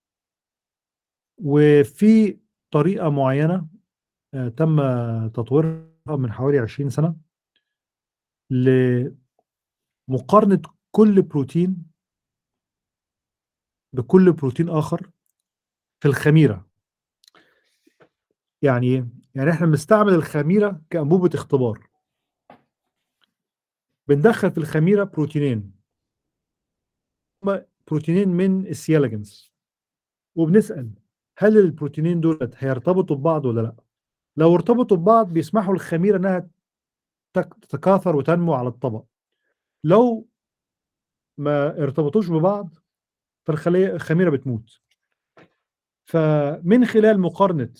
وفي طريقه معينه آه تم تطويرها من حوالي عشرين سنه لمقارنه كل بروتين بكل بروتين اخر في الخميره. يعني ايه؟ يعني احنا بنستعمل الخميره كانبوبه اختبار. بندخل في الخميره بروتينين، هما بروتينين من السيالجنز، وبنسال هل البروتينين دول هيرتبطوا ببعض ولا لا. لو ارتبطوا ببعض بيسمحوا للخميره انها تك- تتكاثر وتنمو على الطبق. لو ما ارتبطوش ببعض فالخليه الخميره بتموت. فمن خلال مقارنه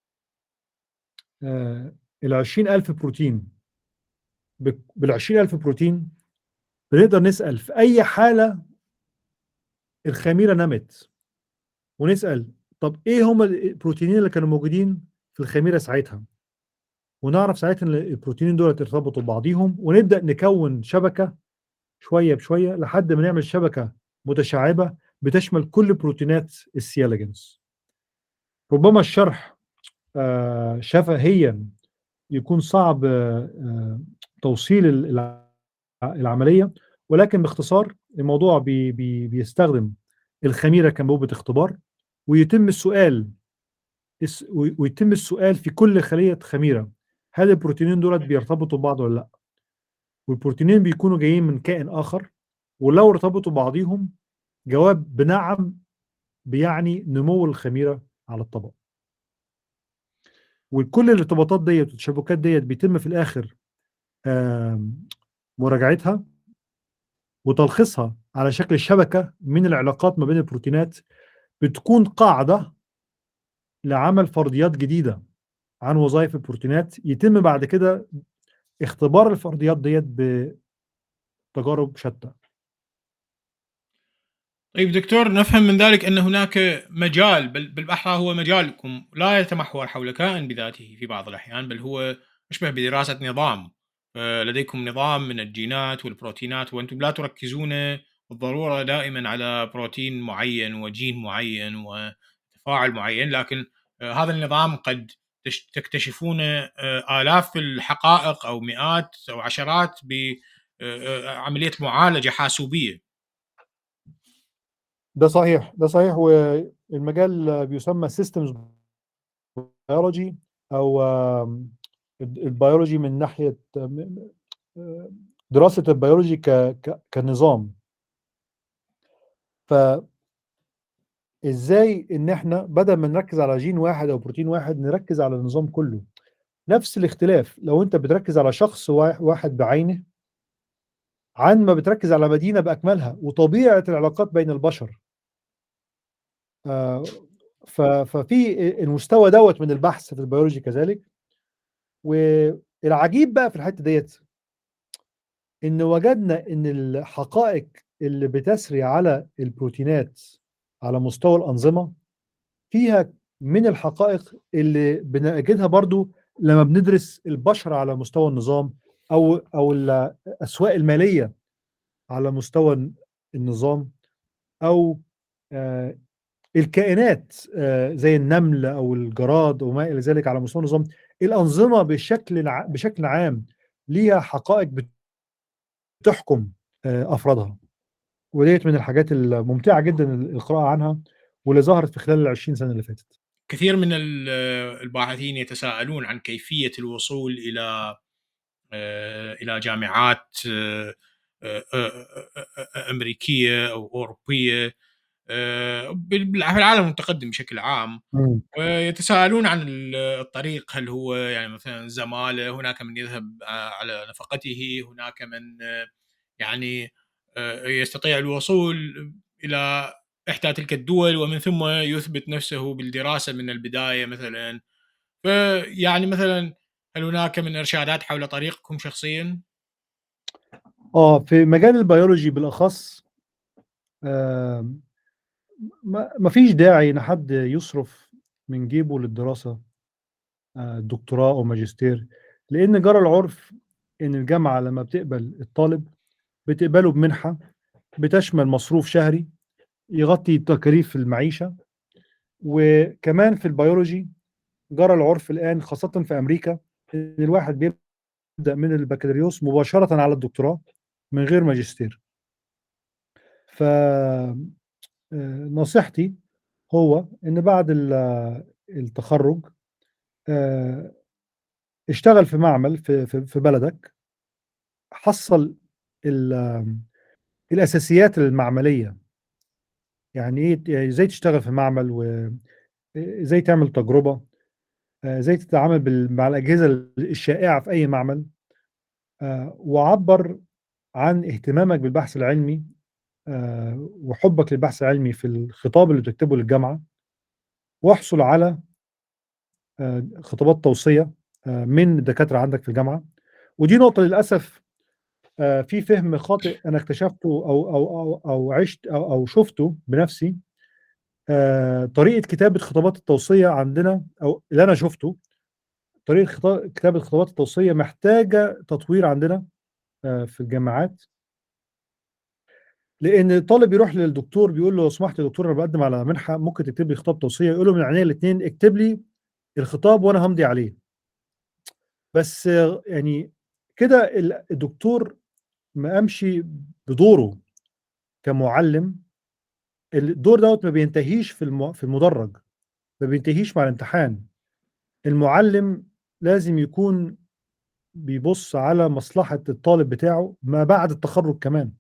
آه ال عشرين ألف بروتين بال عشرين ألف بروتين بنقدر نسال في اي حاله الخميره نمت، ونسال طب ايه هم البروتينين اللي كانوا موجودين في الخميره ساعتها، ونعرف ساعتها ان البروتينين دول ارتبطوا ببعضيهم، ونبدا نكون شبكه شويه بشويه لحد ما نعمل شبكه متشعبه بتشمل كل بروتينات السيالجنز. ربما الشرح آه، شفهيا يكون صعب آه، آه، توصيل الع- العمليه، ولكن باختصار الموضوع بي بي بيستخدم الخميره كانبوبه اختبار، ويتم السؤال الس- ويتم السؤال في كل خليه خميره هل البروتينين دولت بيرتبطوا ببعض ولا لا. والبروتينين بيكونوا جايين من كائن آخر، ولو ارتبطوا بعضيهم جواب بنعم بيعني نمو الخميرة على الطبق. وكل الارتباطات ديّة والتشابكات ديّة بيتم في الآخر آمم مراجعتها وتلخيصها على شكل شبكة من العلاقات ما بين البروتينات، بتكون قاعدة لعمل فرضيات جديدة عن وظايف البروتينات، يتم بعد كده اختبار الفرضيات ديّة بتجارب شتى. طيب دكتور، نفهم من ذلك أن هناك مجال، بل بالأحرى هو مجالكم لا يتمحور حول كائن بذاته في بعض الأحيان، بل هو يشبه بدراسة نظام. فلديكم نظام من الجينات والبروتينات، وأنتم لا تركزون بالضرورة دائما على بروتين معين وجين معين وتفاعل معين، لكن آه، هذا النظام قد تش- تكتشفون آه، آلاف الحقائق أو مئات أو عشرات بعملية معالجة حاسوبية. ده صحيح، ده صحيح، والمجال بيسمى systems biology أو آمم الد البيولوجي من ناحية م م آآ دراسة البيولوجي ك ك كنظام. فإزاي إن إحنا بدل ما نركّز على جين واحد أو بروتين واحد، نركّز على النظام كلّه. نفس الاختلاف لو أنت بتركّز على شخص وا واحد بعينه، عن ما بتركّز على مدينة بأكملها، وطبيعة العلاقات بين البشر. آآ ف ففي آآ المستوى دوّة من البحث في البيولوجي كذلك. والعجيب بقى في الحتّة ديّة، إن وجدنا إن الحقائق اللي بتسري على البروتينات على مستوى الأنظمة، فيها من الحقائق اللي بنجدها برضه لمّا بندرس البشر على مستوى النظام، أو أو الأسواق المالية على مستوى الن النظام، أو آآ الكائنات آآ زي النمل أو الجراد وما إلى ذلك على مستوى النظام. الأنظمة بشكل ع بشكل عام ليها حقائق بتحكم آآ أفرادها، وديّة من الحاجات الممتعة جدًا ال القراءة عنها، واللي ظهرت في خلال العشرين سنة اللي فاتت. كثير من ال الباحثين يتساءلون عن كيفية الوصول إلى آآ إلى جامعات آآ أ أ أمريكية أو أوروبية، آآ بال بال في العالم المتقدم بشكل عام، إمم. ويتساءلون عن ال الطريق، هل هو يعني مثلًا زمالة، هناك من يذهب ع على نفقته، هناك من آه، يعني آآ يستطيع الوصول إلى إحدى تلك الدول، ومن ثم يثبت نفسه بالدراسة من البداية مثلًا. فيعني مثلًا هل هناك من إرشادات حول طريقكم شخصيًا؟ آه، في مجال البيولوجي بالأخص، آمم ما ما فيش داعي إن حد يصرف من جيبه للدراسة آآ دكتوراه أو ماجستير، لإن جرى العُرف إن الجامعة لمّا بتقبل الطالب، بتقبله بمنحة بتشمل مصروف شهري يغطي تكاليف المعيشة. وكمان في البيولوجي جرى العُرف الآن خاصةً في أمريكا، إن الواحد بيبدأ من البكالوريوس مباشرةً على الدكتوراه من غير ماجستير. ف آآ نصيحتي هو إن بعد ال التخرُّج، آآ اشتغل في معمل في في في بلدك، حصّل ال الأساسيات المعملية. يعني إيه ت إزاي تشتغل في معمل، و آآ إزاي تعمل تجربة، آآ إزاي تتعامل بال مع الأجهزة ال الشائعة في أي معمل. آآ وعبّر عن اهتمامك بالبحث العلمي آآ وحُبّك للبحث العلمي في الخطاب اللي بتكتبه للجامعة، واحصل على آآ خطابات توصية آآ من الدكاترة عندك في الجامعة. ودي نقطة للأسف آآ في فهم خاطئ أنا اكتشفته أو أو أو أو عِشت أو أو شُفته بنَفْسي. آآ طريقة كتابة خطابات التوصية عندنا، أو اللي أنا شُفته، طريقة خطا كتابة خطابات التوصية محتاجة تطوير عندنا آآ في الجامعات. لإن الطالب يروح للدكتور بيقول له: "لو سمحت يا دكتور، أنا باقدّم على منحة، ممكن تكتب لي خطاب توصية؟" يقول له: "من عينيا الاتنين، اكتب لي الخطاب وأنا هامضي عليه." بس آه، يعني كده ال الدكتور ما قامش بدوره كمُعلِّم. الدور دوّة ما بينتهيش في الم في المُدرّج، ما بينتهيش مع الامتحان. المُعلِّم لازم يكون بيبُص على مصلحة الطالب بتاعه ما بعد التخرُّج كمان.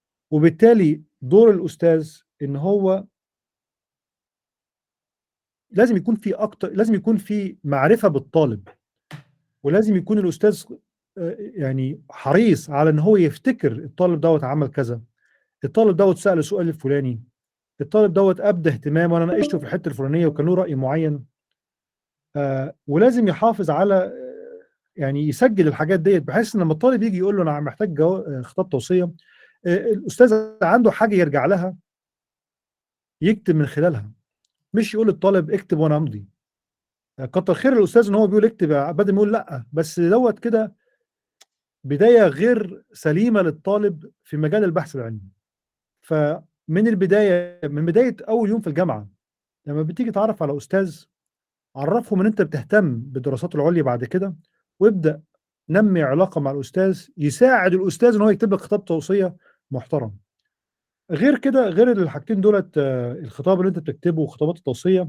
وبالتالي دور الأستاذ إن هو لازم يكون في أكتر لازم يكون في معرفة بالطالب، ولازم يكون الأستاذ آآ يعني حريص على إن هو يفتكر الطالب دوّة عمل كذا، الطالب دوّة سأل السؤال الفلاني، الطالب دوّة أبدى اهتمام وأنا ناقشته في الحتة الفلانية وكان له رأي معيّن. آآ ولازم يحافظ على آآ يعني يسجّل الحاجات ديّة بحيث إن لمّا الطالب ييجي يقول له أنا محتاج جو آآ خطاب توصية، آآ الأستاذ عنده حاجة يرجع لها يكتب من خلالها، مش يقول للطالب اكتب وأنا أمضي. آآ كتّر خير الأستاذ إن هو بيقول اكتب بدل ما يقول لأ، بس دوّة كده بداية غير سليمة للطالب في مجال البحث العلمي. فمن البداية من بداية أول يوم في الجامعة لمّا بتيجي تتعرّف على أستاذ، عرّفهم إن أنت بتهتم بالدراسات العُليا بعد كده، وابدأ نمّي علاقة مع الأستاذ يساعد الأستاذ إن هو يكتب لك خطاب توصية محترم. غير كده غير الحاجتين دُولة الخطاب اللي أنت بتكتبه وخطابات التوصية،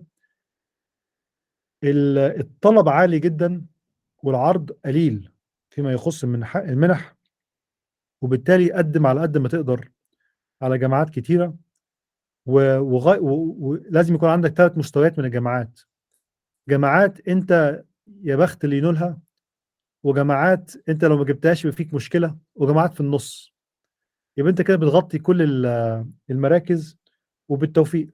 ال الطلب عالي جدًا والعرض قليل فيما يخُص المنح المنح، وبالتالي قدّم على قد ما تقدر على جامعات كتيرة، و وغا و ولازم يكون عندك ثلاث مستويات من الجامعات، جامعات أنت يا بخت اللي ينولها، وجامعات أنت لو ما جبتهاش يبقى فيك مشكلة، وجامعات في النُص، يبقى أنت كده بتغطي كل ال المراكز وبالتوفيق.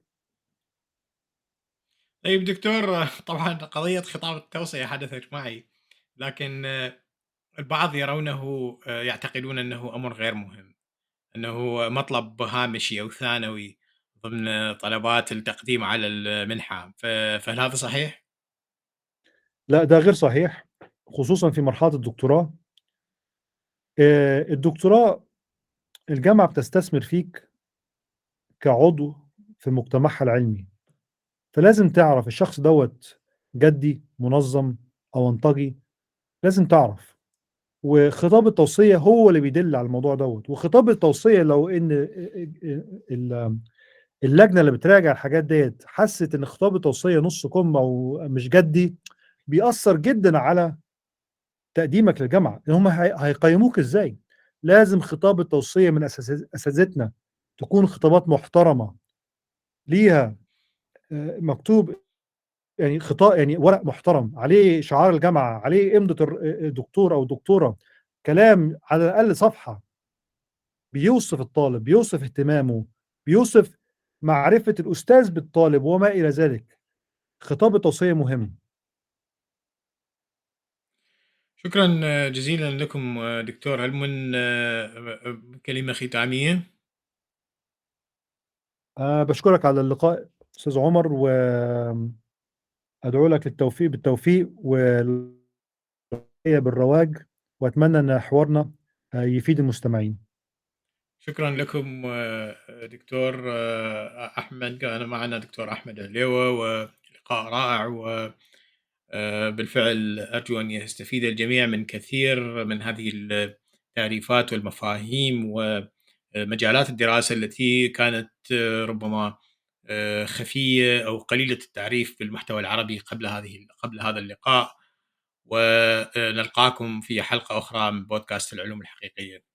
طيب دكتور، طبعًا قضية خطاب التوصية حدثت معي، لكن آه، البعض يرونه آآ يعتقدون أنه أمر غير مهم، أنه مطلب هامشي أو ثانوي ضمن طلبات التقديم على المنحة، ف فهل هذا صحيح؟ لأ ده غير صحيح، خصوصًا في مرحلة الدكتوراه. آآ الدكتوراه الجامعة بتستثمر فيك كعضو في مجتمعها العلمي، فلازم تعرف الشخص دوّة جدّي، منظَّم، أونطجي، لازم تعرف. وخطاب التوصية هو اللي بيدل على الموضوع دوّة، وخطاب التوصية لو إن آآ ال اللجنة اللي بتراجع الحاجات ديّة حسِّت إن خطاب التوصية نُص كُم أو مش جدّي، بيأثّر جدًا على تقديمك للجامعة، إن هُم هي هيقيّموك إزاي. لازم خطاب التوصية من أساس أساتذتنا تكون خطابات محترمة ليها آآ مكتوب يعني خطا يعني ورق محترم، عليه شعار الجامعة، عليه إمضة الر آآ الدكتور أو الدكتورة، كلام على الأقل صفحة بيوصف الطالب، بيوصف اهتمامه، بيوصف معرفة الأستاذ بالطالب وما إلى ذلك. خطاب التوصية مهم. شكرًا آه، جزيلًا لكم آه، دكتور، هل من آآ كلمة ختامية؟ آآ باشكرك على اللقاء أستاذ عمر، وآمم أدعو لك التوفيق بالتوفيق والحياة بالرواج، وأتمنى إن حوارنا آآ يفيد المستمعين. شكرًا لكم آآ دكتور آآ أحمد، كان معنا دكتور أحمد عليوة، ولقاء رائع، و آآ بالفعل أرجو أن يستفيد الجميع من كثير من هذه التعريفات والمفاهيم ومجالات الدراسة التي كانت آه، ربما آآ خفية أو قليلة التعريف بالمحتوى العربي قبل هذه قبل هذا اللقاء، ونلقاكم في حلقة أخرى من بودكاست العلوم الحقيقية.